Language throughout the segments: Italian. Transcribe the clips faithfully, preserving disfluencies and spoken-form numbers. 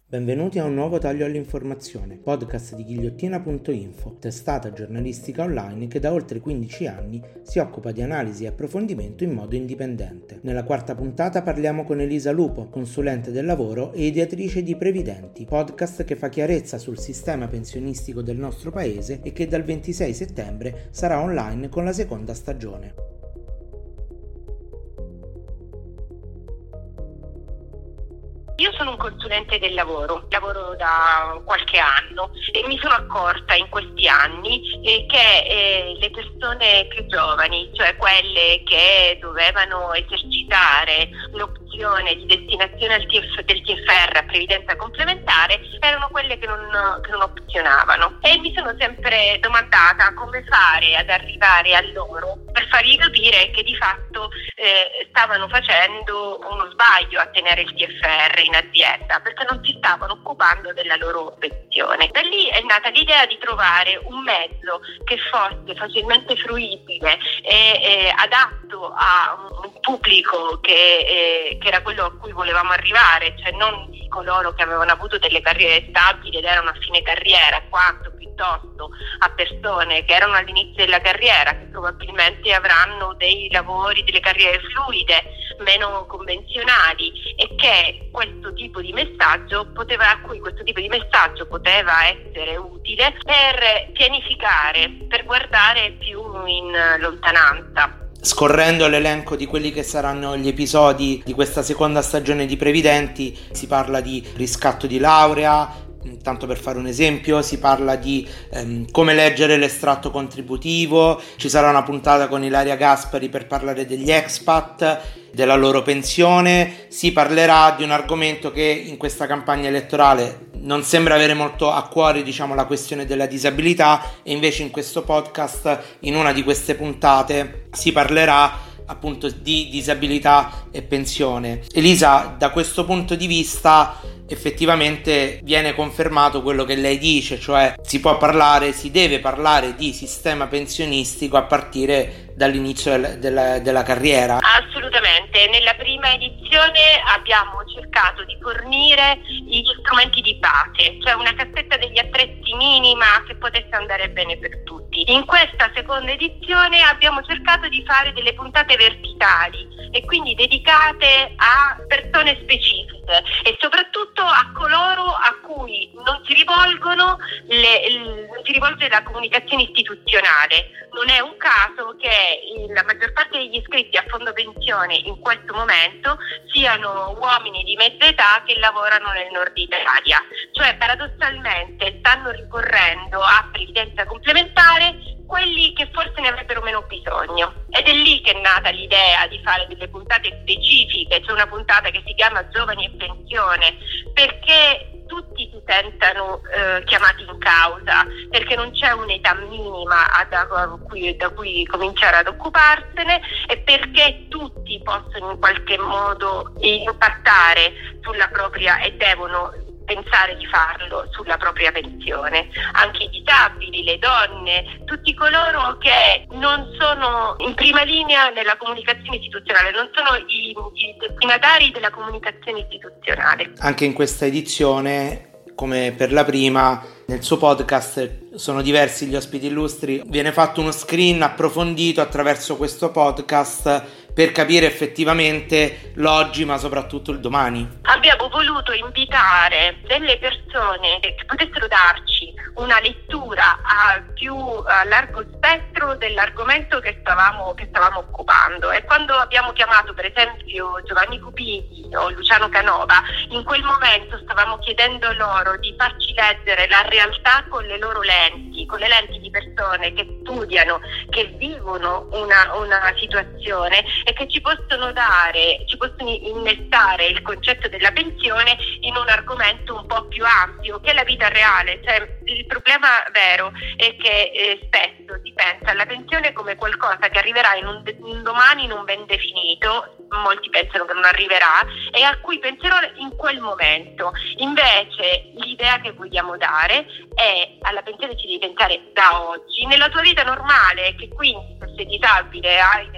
Benvenuti a un nuovo taglio all'informazione, podcast di ghigliottina punto info, testata giornalistica online che da oltre quindici anni si occupa di analisi e approfondimento in modo indipendente. Nella quarta puntata parliamo con Elisa Lupo, consulente del lavoro e ideatrice di Previdenti, podcast che fa chiarezza sul sistema pensionistico del nostro paese e che dal ventisei settembre sarà online con la seconda stagione. Io sono un consulente del lavoro, lavoro da qualche anno e mi sono accorta in questi anni eh, che eh, le persone più giovani, cioè quelle che dovevano esercitare l'opzione di destinazione al T F, del T F R a previdenza complementare, erano quelle che non, che non opzionavano. E mi sono sempre domandata come fare ad arrivare a loro per fargli capire che di fatto eh, stavano facendo uno sbaglio a tenere il T F R in azienda, perché non si stavano occupando della loro pensione. Da lì è nata l'idea di trovare un mezzo che fosse facilmente fruibile e eh, adatto a un pubblico che, eh, che era quello a cui volevamo arrivare, cioè non di coloro che avevano avuto delle carriere stabili ed erano a fine carriera, quanto piuttosto a persone che erano all'inizio della carriera, che probabilmente avranno dei lavori, delle carriere fluide, meno convenzionali, e che questo tipo di messaggio poteva, a cui questo tipo di messaggio poteva essere utile per pianificare, per guardare più in lontananza. Scorrendo l'elenco di quelli che saranno gli episodi di questa seconda stagione di Previdenti, si parla di riscatto di laurea. Tanto per fare un esempio, si parla di ehm, come leggere l'estratto contributivo, ci sarà una puntata con Ilaria Gaspari per parlare degli expat, della loro pensione, si parlerà di un argomento che in questa campagna elettorale non sembra avere molto a cuore, diciamo, la questione della disabilità, e invece in questo podcast, in una di queste puntate, si parlerà appunto di disabilità e pensione. Elisa, da questo punto di vista effettivamente viene confermato quello che lei dice, cioè si può parlare, si deve parlare di sistema pensionistico a partire dall'inizio del, della, della carriera. Assolutamente, nella prima edizione abbiamo cercato di fornire gli strumenti di base, cioè una cassetta degli attrezzi minima che potesse andare bene per tutti. In questa seconda edizione abbiamo cercato di fare delle puntate verticali e quindi dedicate a persone specifiche e soprattutto a coloro a cui non si rivolgono le, le, non si rivolge la comunicazione istituzionale. Non è un caso che la maggior parte degli iscritti a fondo pensione in questo momento siano uomini di mezza età che lavorano nel nord Italia, cioè paradossalmente stanno ricorrendo a previdenza complementare quelli che forse ne avrebbero meno bisogno. Ed è lì che è nata l'idea di fare delle puntate specifiche. C'è una puntata che si chiama Giovani e Pensione, perché tutti si sentano eh, chiamati in causa, perché non c'è un'età minima da cui, da cui cominciare ad occuparsene, e perché tutti possono in qualche modo impattare sulla propria e devono pensare di farlo sulla propria pensione. Anche i disabili, le donne, tutti coloro che non sono in prima linea nella comunicazione istituzionale, non sono i, i destinatari della comunicazione istituzionale. Anche in questa edizione, come per la prima, nel suo podcast sono diversi gli ospiti illustri, viene fatto uno screen approfondito attraverso questo podcast per capire effettivamente l'oggi, ma soprattutto il domani. Abbiamo voluto invitare delle persone che potessero darci una lettura a più a largo spettro dell'argomento che stavamo, che stavamo occupando. E quando abbiamo chiamato per esempio Giovanni Cupini o Luciano Canova, in quel momento stavamo chiedendo loro di farci leggere la realtà con le loro lenti, con le lenti di persone che studiano, che vivono una, una situazione e che ci possono dare, ci possono innestare il concetto della pensione in un argomento un po' più ampio, che è la vita reale. Cioè, il problema vero è che eh, spesso si pensa alla pensione come qualcosa che arriverà in un, de- un domani non ben definito, molti pensano che non arriverà, e a cui penserò in quel momento. Invece l'idea che vogliamo dare è: alla pensione ci devi pensare da oggi, nella tua vita normale, che quindi se sei disabile, hai delle difficoltà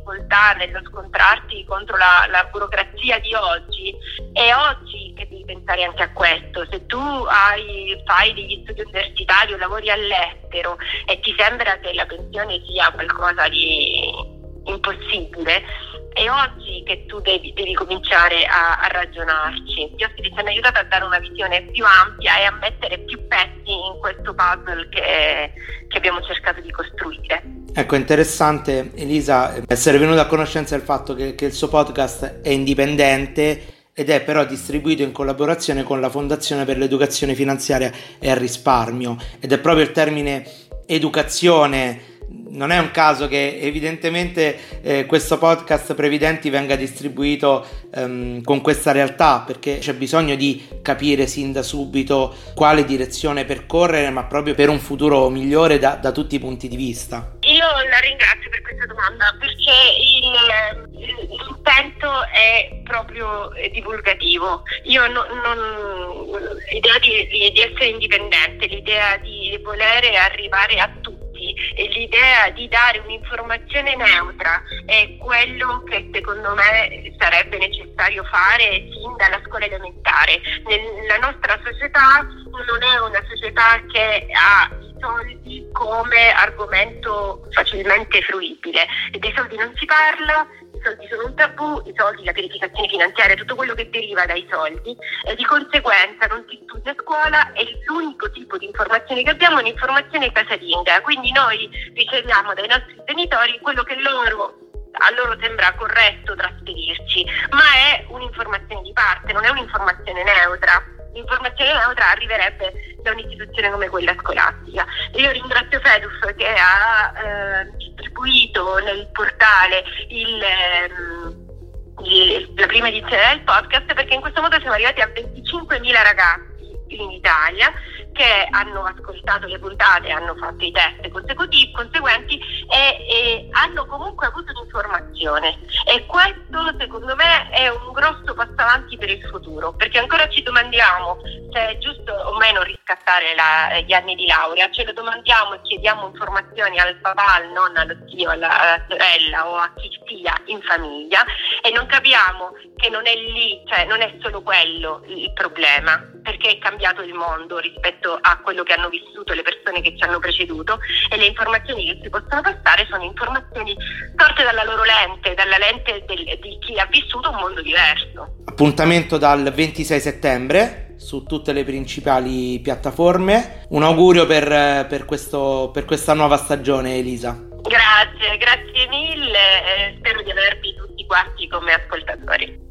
difficoltà nello scontrarti contro la, la burocrazia di oggi, è oggi che devi pensare anche a questo. Se tu hai, fai degli studi universitari o lavori all'estero e ti sembra che la pensione sia qualcosa di impossibile, è oggi che tu devi, devi cominciare a, a ragionarci. Gli ospiti ci hanno aiutato a dare una visione più ampia e a mettere più pezzi in questo puzzle che, che abbiamo cercato di costruire. Ecco, interessante, Elisa, essere venuta a conoscenza del fatto che, che il suo podcast è indipendente ed è però distribuito in collaborazione con la Fondazione per l'Educazione Finanziaria e il Risparmio, ed è proprio il termine educazione. Non è un caso che evidentemente eh, questo podcast Previdenti venga distribuito ehm, con questa realtà, perché c'è bisogno di capire sin da subito quale direzione percorrere, ma proprio per un futuro migliore da, da tutti i punti di vista. Io la ringrazio per questa domanda, perché il, l'intento è proprio divulgativo. Io non, non, l'idea di, di essere indipendente, l'idea di volere arrivare a tutti e l'idea di dare un'informazione neutra è quello che secondo me sarebbe necessario fare sin dalla scuola elementare. La nostra società non è una società che ha i soldi come argomento facilmente fruibile, e dei soldi non si parla. I soldi sono un tabù, i soldi, la pianificazione finanziaria, tutto quello che deriva dai soldi, e di conseguenza non si studia a scuola, e l'unico tipo di informazione che abbiamo è un'informazione casalinga. Quindi noi riceviamo dai nostri genitori quello che loro a loro sembra corretto trasferirci, ma è un'informazione di parte, non è un'informazione neutra. L'informazione neutra arriverebbe da un'istituzione come quella scolastica. Io ringrazio Fedus che ha eh, distribuito nel portale il, il, la prima edizione del podcast, perché in questo modo siamo arrivati a venticinquemila ragazzi in Italia che hanno ascoltato le puntate, hanno fatto i test consecutivi, conseguenti e, e hanno comunque avuto un'informazione, e questo secondo me è un grosso passo avanti per il futuro, perché ancora ci domandiamo se è giusto o meno riscattare la, gli anni di laurea, ce lo domandiamo e chiediamo informazioni al papà, al nonno, allo zio, alla, alla sorella o a chi sia in famiglia, e non capiamo che non è lì, cioè non è solo quello il problema, perché è cambiato il mondo rispetto a quello che hanno vissuto le persone che ci hanno preceduto, e le informazioni che si possono passare sono informazioni sorte dalla loro lente, dalla lente del, di chi ha vissuto un mondo diverso. Appuntamento dal ventisei settembre su tutte le principali piattaforme. Un augurio per, per, questo, per questa nuova stagione, Elisa. Grazie, grazie mille, eh, spero di avervi tutti quanti come ascoltatori.